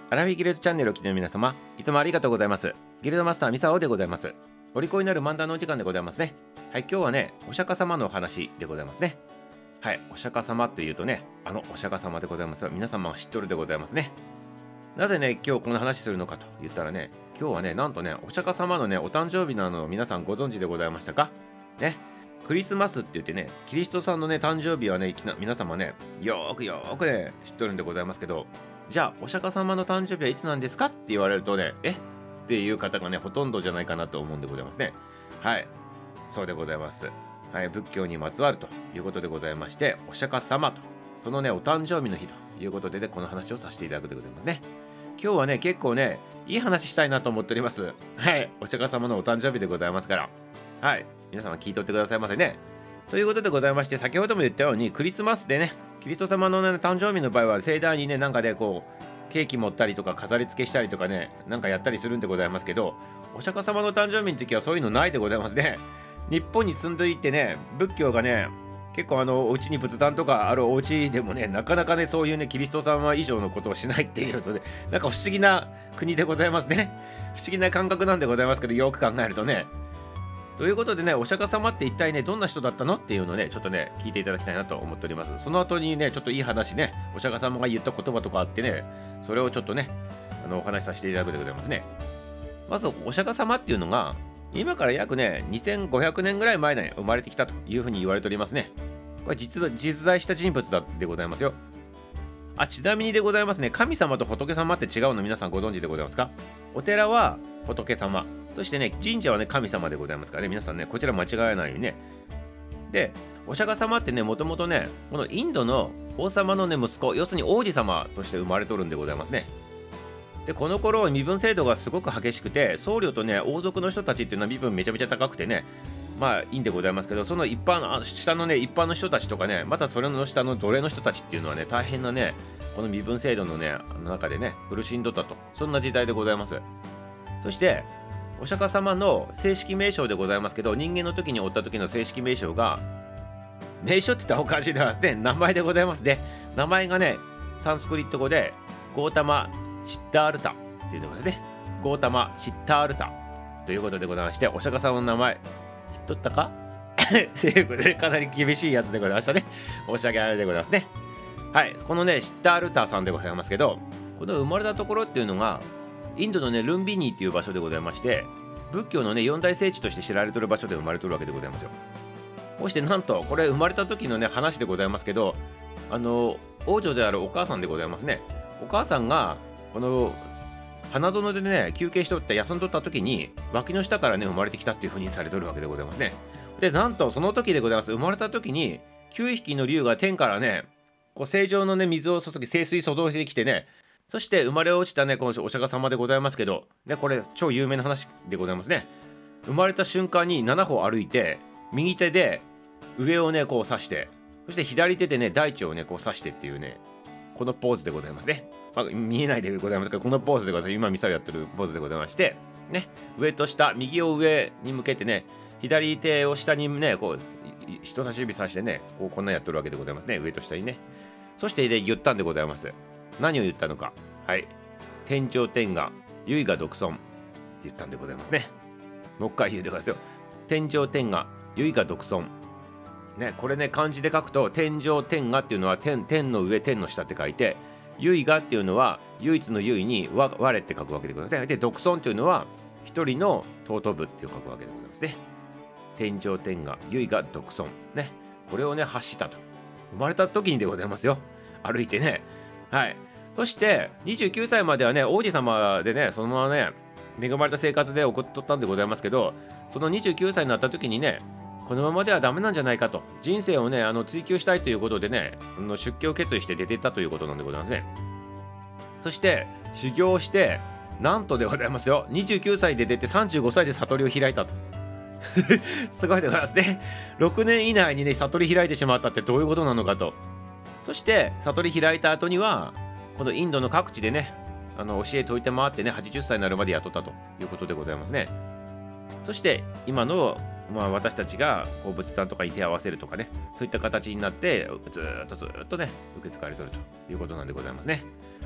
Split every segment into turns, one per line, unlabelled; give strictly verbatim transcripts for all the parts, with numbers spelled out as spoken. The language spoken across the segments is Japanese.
アラフィギルドチャンネルをお聞きの皆様、いつもありがとうございます。ギルドマスターミサオでございます。お利口になる漫談のお時間でございますね。はい、今日はね、お釈迦様のお話でございますね。はい、お釈迦様というとね、あのお釈迦様でございますよ。皆様は知っとるでございますね。なぜね、今日この話するのかと言ったらね、今日はね、なんとね、お釈迦様のね、お誕生日なのを皆さんご存知でございましたかね。クリスマスって言ってね、キリストさんのね、誕生日はね、皆様ね、よーくよーくね、知っとるんでございますけど、じゃあ、お釈迦様の誕生日はいつなんですかって言われるとね、えっていう方がね、ほとんどじゃないかなと思うんでございますね。はい、そうでございます。はい、仏教にまつわるということでございまして、お釈迦様と、そのね、お誕生日の日ということで、ね、この話をさせていただくでございますね。今日はね、結構ね、いい話したいなと思っております。はい、お釈迦様のお誕生日でございますから。はい、皆様聞いとってくださいませね。ということでございまして、先ほども言ったように、クリスマスでね、キリスト様の、ね、誕生日の場合は盛大にね、なんかで、ね、こうケーキ持ったりとか飾り付けしたりとかね、なんかやったりするんでございますけど、お釈迦様の誕生日の時はそういうのないでございますね。日本に住んでいってね、仏教がね、結構あのお家に仏壇とかあるお家でもね、なかなかね、そういうね、キリスト様以上のことをしないっていうので、なんか不思議な国でございますね。不思議な感覚なんでございますけど、よく考えるとね。ということでね、お釈迦様って一体ね、どんな人だったのっていうのをね、ちょっとね、聞いていただきたいなと思っております。その後にね、ちょっといい話ね、お釈迦様が言った言葉とかあってね、それをちょっとね、あのお話しさせていただくでございますね。まず、お釈迦様っていうのが、今から約ね、にせんごひゃくねんぐらい前に生まれてきたというふうに言われておりますね。これ実は実在した人物だでございますよ。あ、ちなみにでございますね、神様と仏様って違うの皆さんご存知でございますか？お寺は仏様、そしてね、神社はね、神様でございますからね、皆さんね、こちら間違えないようにね。で、お釈迦様ってね、もともとね、このインドの王様のね、息子、要するに王子様として生まれとるんでございますね。で、この頃、身分制度がすごく激しくて、僧侶とね、王族の人たちっていうのは身分めちゃめちゃ高くてね、まあいいんでございますけど、その一般、下のね、一般の人たちとかね、またそれの下の奴隷の人たちっていうのはね、大変なね、この身分制度のね、中でね、苦しんどったと、そんな時代でございます。そして、お釈迦様の正式名称でございますけど、人間の時におった時の正式名称が、名称って言ったらおかしいですね、名前でございますね。名前がね、サンスクリット語で、ゴータマ・シッタールタっていうのがですね、ゴータマ・シッタールタということでございまして、お釈迦様の名前、知っとったかということで、かなり厳しいやつでございましたね。申し訳ないでございますね。はい、このね、シッタールタさんでございますけど、この生まれたところっていうのが、インドのね、ルンビニーっていう場所でございまして、仏教のね、四大聖地として知られている場所で生まれているわけでございますよ。こうしてなんと、これ生まれた時のね、話でございますけど、あの、王女であるお母さんでございますね。お母さんが、この、花園でね、休憩しておって休んどった時に、脇の下からね、生まれてきたっていう風にされているわけでございますね。で、なんと、その時でございます。生まれた時に、きゅうひきの竜が天からね、こう正常のね、水を注ぎ、聖水注いできてね、そして生まれ落ちたね、このお釈迦様でございますけど、ね、これ超有名な話でございますね。生まれた瞬間になな歩歩いて、右手で上をね、こう指して、そして左手でね、大地をね、こう指してっていうね、このポーズでございますね。まあ、見えないでございますが、このポーズでございます。今、ミサをやってるポーズでございまして、ね、上と下、右を上に向けてね、左手を下にね、こう、人差し指さしてね、こうこんなやってるわけでございますね。上と下にね。そして、ね、言ったんでございます。何を言ったのか。はい。天上天下、唯我独尊って言ったんでございますね。もう一回言うでくださいよ。天上天下、唯我独尊。ね、これね、漢字で書くと、天上天下っていうのは天、天の上、天の下って書いて、唯我っていうのは、唯一の唯に我って書くわけでございますね。で、独尊っていうのは、一人の尊ぶっていう書くわけでございますね。天上天下、唯我独尊。ね。これをね、発したと。生まれた時にでございますよ。歩いてね。はい。そしてにじゅうきゅうさいまではね、王子様でね、そのままね、恵まれた生活で送っとったんでございますけど、そのにじゅうきゅうさいになった時にね、このままではダメなんじゃないかと、人生をね、あの追求したいということでね、の出家を決意して出ていったということなんでございますね。そして修行して、なんとでございますよ、にじゅうきゅうさいで出てさんじゅうごさいで悟りを開いたと。すごいでございますね。ろくねん以内にね、悟り開いてしまったってどういうことなのかと。そして悟り開いた後には、このインドの各地でね、あの教え説いて回ってね、はちじゅっさいになるまで雇ったということでございますね。そして今の、まあ、私たちがこう仏壇とかに手を合わせるとかね、そういった形になってずーっとずーっとね、受け継がれているということなんでございますね。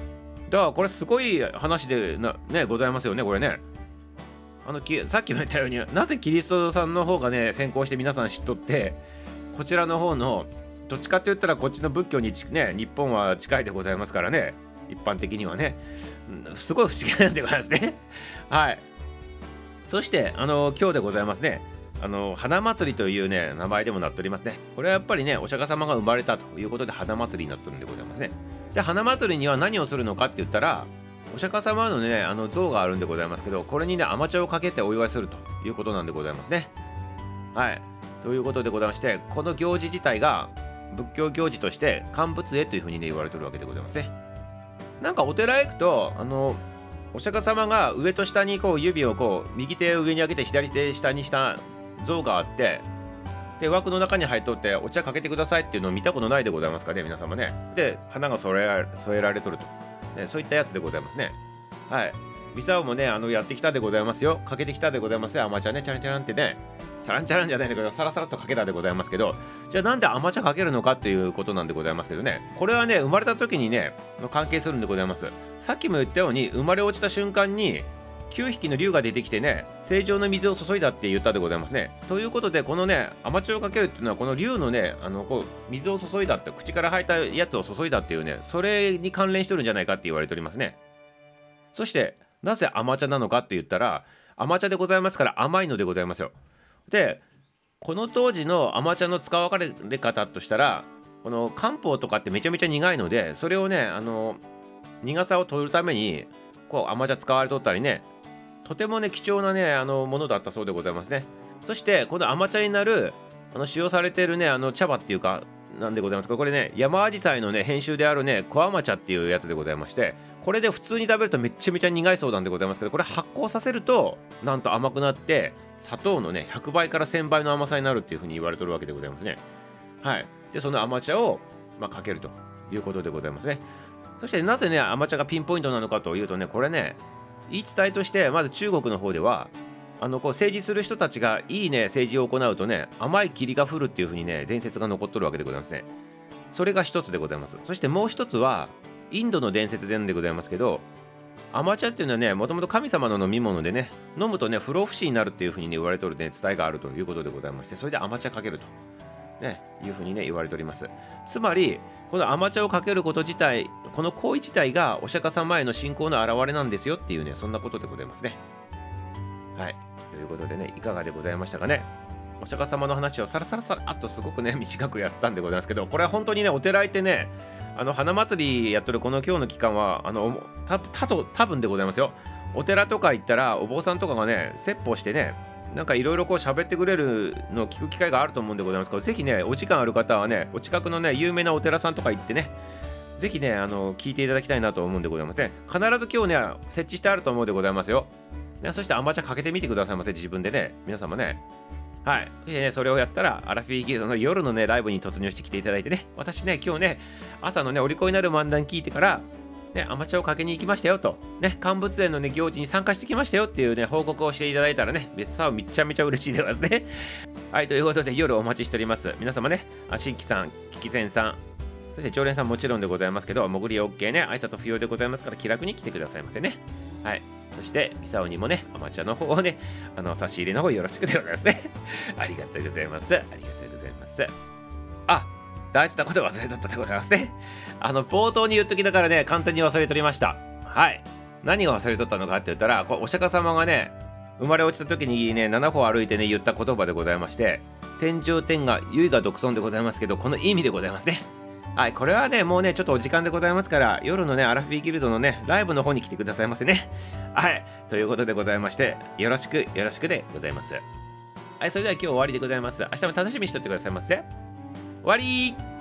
だからこれすごい話でな、ね、ございますよねこれね。あのきさっきも言ったように、なぜキリストさんの方がね先行して皆さん知っとって、こちらの方のどっちかって言ったらこっちの仏教にね日本は近いでございますからね、一般的にはね、すごい不思議なんでございますね。はい。そしてあの今日でございますね、あの花祭りというね名前でもなっておりますね。これはやっぱりねお釈迦様が生まれたということで花祭りになってるんでございますね。じゃあ花祭りには何をするのかって言ったら、お釈迦様のねあの像があるんでございますけど、これにね甘茶をかけてお祝いするということなんでございますね。はい。ということでございまして、この行事自体が仏教行事として乾仏会というふうにね言われてるわけでございますね。なんかお寺へ行くと、あのお釈迦様が上と下にこう指をこう右手を上に上げて左手下にした像があって、で枠の中に入っとってお茶かけてくださいっていうのを見たことないでございますかね皆様ね。で花が添えられ、添えられとると、ね、そういったやつでございますね。はい。ミサオもねあのやってきたでございますよ、かけてきたでございますよ、甘茶ね、チャランチャランってね、チャランチャランじゃないんだけどサラサラっとかけたでございますけど、じゃあなんで甘茶かけるのかっていうことなんでございますけどね、これはね生まれた時にね関係するんでございます。さっきも言ったように生まれ落ちた瞬間にきゅうひきの竜が出てきてね正常の水を注いだって言ったでございますね。ということでこのね甘茶をかけるっていうのはこの竜のねあのこう水を注いだって、口から吐いたやつを注いだっていうね、それに関連してるんじゃないかって言われておりますね。そしてなぜ甘茶なのかって言ったら、甘茶でございますから甘いのでございますよ。でこの当時の甘茶の使われ方としたら、この漢方とかってめちゃめちゃ苦いので、それをねあの苦さを取るためにこう甘茶使われとったりね、とてもね貴重なねあのものだったそうでございますね。そしてこの甘茶になるあの使用されているねあの茶葉っていうかなんでございますか、これね山あじさいのね編集であるね小甘茶っていうやつでございまして、これで普通に食べるとめっちゃめちゃ苦いそうなんでございますけど、これ発酵させるとなんと甘くなって砂糖のねひゃくばいからせんばいの甘さになるっていうふうに言われてるわけでございますね。はい。でその甘茶を、まあ、かけるということでございますね。そしてなぜね甘茶がピンポイントなのかというとね、これね言い伝えとしてまず中国の方ではあのこう政治する人たちがいいね政治を行うとね甘い霧が降るっていう風にね伝説が残っとるわけでございますね。それが一つでございます。そしてもう一つはインドの伝説でんでございますけど、甘茶っていうのはねもともと神様の飲み物でね、飲むとね不老不死になるっていう風に、ね、言われておるね伝えがあるということでございまして、それで甘茶かけるとねいう風にね言われております。つまりこの甘茶をかけること自体、この行為自体がお釈迦様への信仰の表れなんですよっていうね、そんなことでございますね。はい。ということでね、いかがでございましたかね。お釈迦様の話をさらさらさらっとすごくね短くやったんでございますけど、これは本当にねお寺行ってねあの花祭りやってるこの今日の期間はあのたたと多分でございますよ。お寺とか行ったらお坊さんとかがね説法してね、なんかいろいろこう喋ってくれるのを聞く機会があると思うんでございますけど、ぜひねお時間ある方はねお近くのね有名なお寺さんとか行ってね、ぜひねあの聞いていただきたいなと思うんでございますね。必ず今日ね設置してあると思うでございますよ。ね、そして甘茶かけてみてくださいませ、自分でね皆様ね。はい。でね、それをやったらアラフィーギルドの夜のねライブに突入してきていただいてね、私ね今日ね朝のねお利口になる漫談聞いてからね甘茶をかけに行きましたよとね、乾仏園のね行事に参加してきましたよっていうね報告をしていただいたらね、別さめちゃめちゃ嬉しいでございますね。はい。ということで夜お待ちしております。皆様ね、新規さん、キキセンさん、そして常連さんもちろんでございますけど、潜り OK ね、挨拶不要でございますから気楽に来てくださいませね。はい。そしてミサオにもね甘茶の方をねあの差し入れの方よろしくでございますね。ありがとうございます。ありがとうございます。あ、大事なこと忘れとったでございますね。あの冒頭に言っときながらね完全に忘れとりました。はい。何を忘れとったのかって言ったら、こうお釈迦様がね生まれ落ちた時にねなな歩歩いてね言った言葉でございまして、天上天下唯我独尊でございますけど、この意味でございますね。はい。これはねもうねちょっとお時間でございますから、夜のねアラフィーギルドのねライブの方に来てくださいませね。はい。ということでございまして、よろしくよろしくでございます。はい。それでは今日終わりでございます。明日も楽しみにしておいてくださいませ。終わりー。